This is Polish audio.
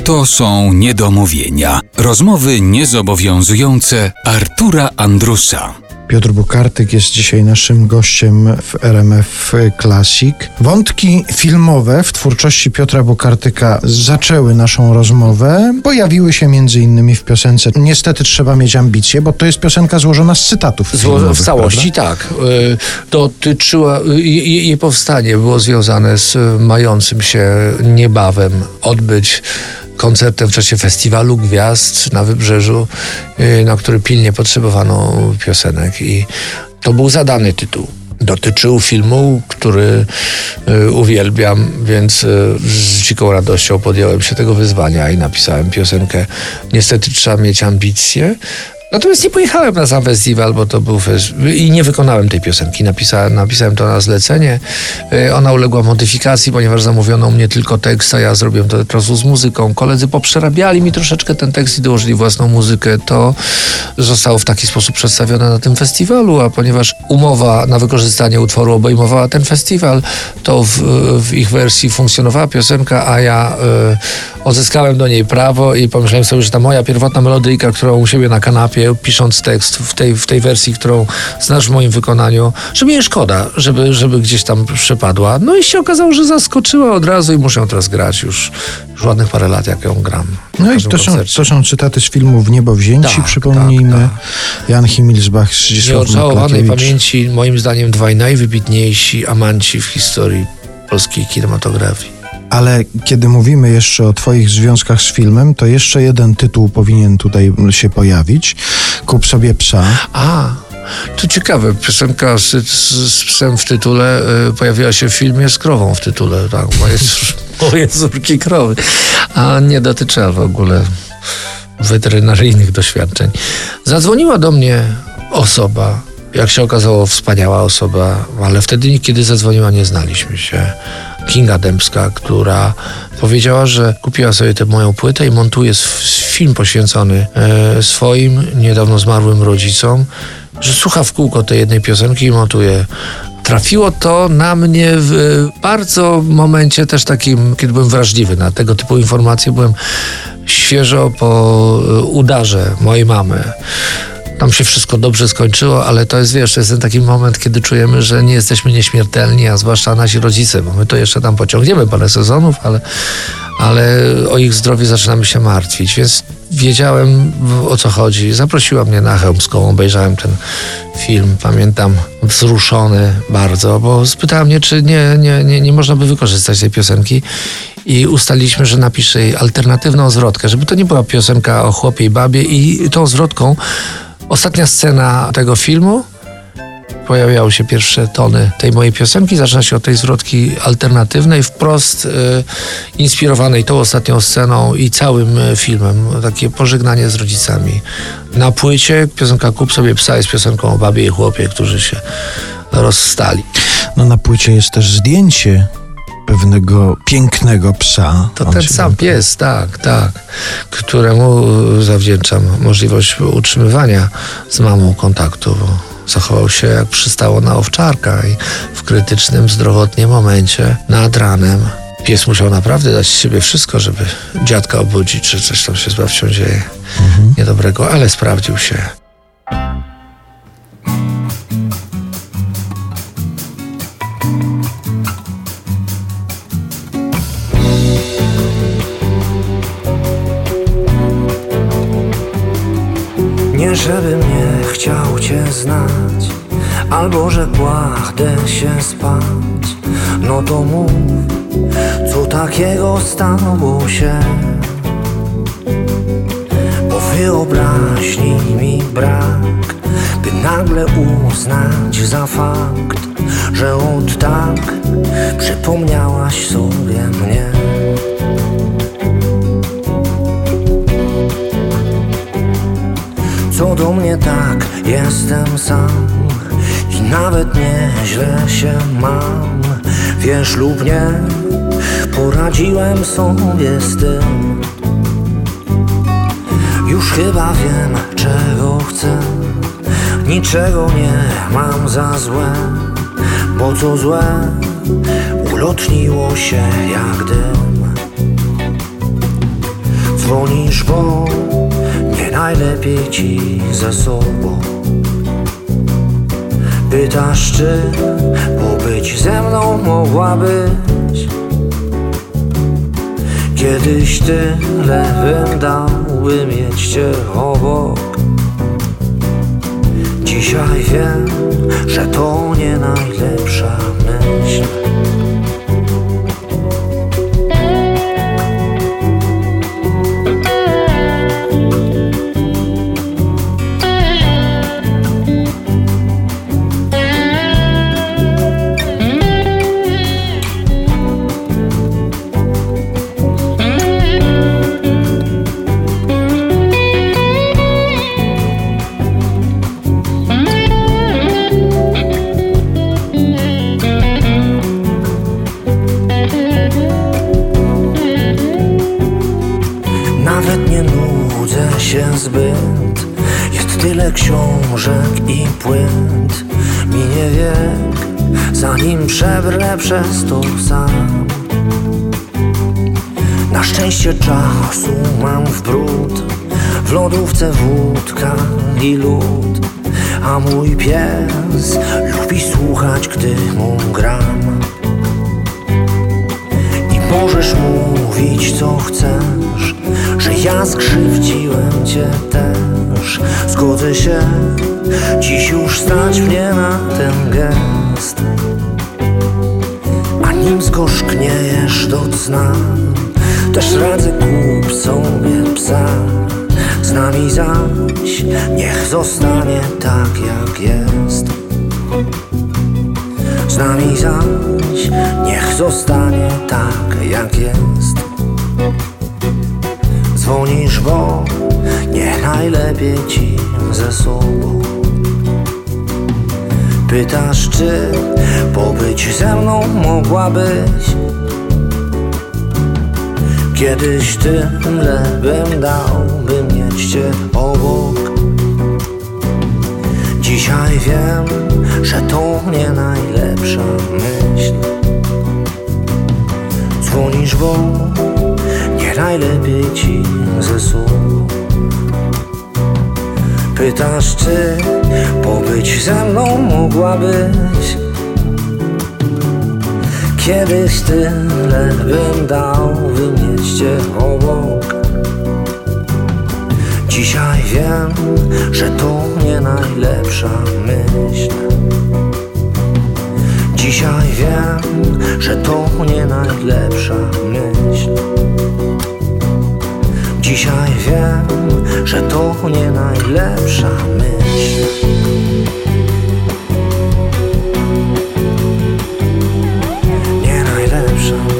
To są niedomówienia. Rozmowy niezobowiązujące Artura Andrusa. Piotr Bukartyk jest dzisiaj naszym gościem w RMF Classic. Wątki filmowe w twórczości Piotra Bukartyka zaczęły naszą rozmowę. Pojawiły się m.in. w piosence Niestety trzeba mieć ambicje, bo to jest piosenka złożona z cytatów filmowych. W całości, prawda? tak. Dotyczyła, jej powstanie było związane z mającym się niebawem odbyć koncertem w czasie festiwalu gwiazd na Wybrzeżu, na który pilnie potrzebowano piosenek, i to był zadany tytuł. Dotyczył filmu, który uwielbiam, więc z dziką radością podjąłem się tego wyzwania i napisałem piosenkę Niestety trzeba mieć ambicje. Natomiast nie pojechałem na sam festiwal, bo to był i nie wykonałem tej piosenki. Napisałem to na zlecenie. Ona uległa modyfikacji, ponieważ zamówiono u mnie tylko tekst, a ja zrobiłem to od razu z muzyką. Koledzy poprzerabiali mi troszeczkę ten tekst i dołożyli własną muzykę. To zostało w taki sposób przedstawione na tym festiwalu, a ponieważ umowa na wykorzystanie utworu obejmowała ten festiwal, to w ich wersji funkcjonowała piosenka, a ja odzyskałem do niej prawo i pomyślałem sobie, że ta moja pierwotna melodyjka, którą u siebie na kanapie, pisząc tekst w tej wersji, którą znasz w moim wykonaniu, że mi jej szkoda, żeby gdzieś tam przepadła. No i się okazało, że zaskoczyła od razu i muszę ją teraz grać już ładnych parę lat, jak ją gram. No i to są cytaty z filmów Niebo wzięci, tak, przypomnijmy. Tak. Jan Himilsbach, Zdzisław Nieodżałowanej Maklakiewicz. pamięci, moim zdaniem, dwaj najwybitniejsi amanci w historii polskiej kinematografii. Ale kiedy mówimy jeszcze o twoich związkach z filmem, to jeszcze jeden tytuł powinien tutaj się pojawić. Kup sobie psa. To ciekawe, piosenka z psem w tytule pojawiła się w filmie z krową w tytule. Tak, moje córki krowy. A nie dotyczyła w ogóle weterynaryjnych doświadczeń. Zadzwoniła do mnie osoba, jak się okazało, wspaniała osoba, ale wtedy, kiedy zadzwoniła, nie znaliśmy się. Kinga Dębska, która powiedziała, że kupiła sobie tę moją płytę i montuje film poświęcony swoim niedawno zmarłym rodzicom, że słucha w kółko tej jednej piosenki i montuje. Trafiło to na mnie w bardzo momencie też takim, kiedy byłem wrażliwy na tego typu informacje. Byłem świeżo po udarze mojej mamy. Tam się wszystko dobrze skończyło, ale to jest, to jest ten taki moment, kiedy czujemy, że nie jesteśmy nieśmiertelni, a zwłaszcza nasi rodzice, bo my to jeszcze tam pociągniemy parę sezonów, ale o ich zdrowie zaczynamy się martwić, więc wiedziałem, o co chodzi. Zaprosiła mnie na Chełmską, obejrzałem ten film, pamiętam, wzruszony bardzo, bo spytała mnie, czy nie można by wykorzystać tej piosenki, i ustaliliśmy, że napiszę jej alternatywną zwrotkę, żeby to nie była piosenka o chłopie i babie, i tą zwrotką ostatnia scena tego filmu, pojawiały się pierwsze tony tej mojej piosenki, zaczyna się od tej zwrotki alternatywnej, wprost inspirowanej tą ostatnią sceną i całym filmem. Takie pożegnanie z rodzicami. Na płycie piosenka Kup sobie psa jest piosenką o babie i chłopie, którzy się rozstali. No na płycie jest też zdjęcie pewnego pięknego psa. To ten sam pies, tak, któremu zawdzięczam możliwość utrzymywania z mamą kontaktu, bo zachował się jak przystało na owczarka i w krytycznym zdrowotnie momencie nad ranem pies musiał naprawdę dać z siebie wszystko, żeby dziadka obudzić, czy coś tam się z babcią dzieje niedobrego, ale sprawdził się. Nie żebym nie chciał cię znać, albo że kładę się spać, no to mów, co takiego stało się. Bo wyobraźni mi brak, by nagle uznać za fakt, że od tak przypomniałaś sobie mnie. Co do mnie tak, jestem sam i nawet nieźle się mam. Wiesz lub nie, poradziłem sobie z tym. Już chyba wiem, czego chcę, niczego nie mam za złe, bo co złe ulotniło się jak dym. Dzwonisz, bo nie najlepiej ci ze sobą. Pytasz, czy pobyć ze mną mogłabyś. Kiedyś tyle bym dał, by mieć cię obok. Dzisiaj wiem, że to nie najlepsza myśl. Nawet nie nudzę się zbyt, jest tyle książek i płyt. Minie wiek, zanim przebrnę przez to sam. Na szczęście czasu mam w bród, w lodówce wódka i lód. A mój pies lubi słuchać, gdy mu gram. I możesz mówić, co chcesz, że ja skrzywdziłem cię też. Zgodzę się, dziś już stać mnie na ten gest. A nim zgorzkniejesz do cna, też radzę, kup sobie psa. Z nami zaś niech zostanie tak jak jest. Z nami zaś niech zostanie tak jak jest. Dzwonisz, bo nie najlepiej ci ze sobą. Pytasz, czy pobyć ze mną mogłabyś. Kiedyś tyle bym dał, by mieć cię obok. Dzisiaj wiem, że to nie najlepsza myśl. Dzwonisz, bo nie najlepiej ci ze sobą. Pytasz, czy pobyć ze mną mogłabyś. Kiedyś tyle bym dał, by mieć cię obok. Dzisiaj wiem, że to nie najlepsza myśl. Dzisiaj wiem, że to nie najlepsza myśl. Dzisiaj wiem, że to nie najlepsza myśl. Nie najlepsza.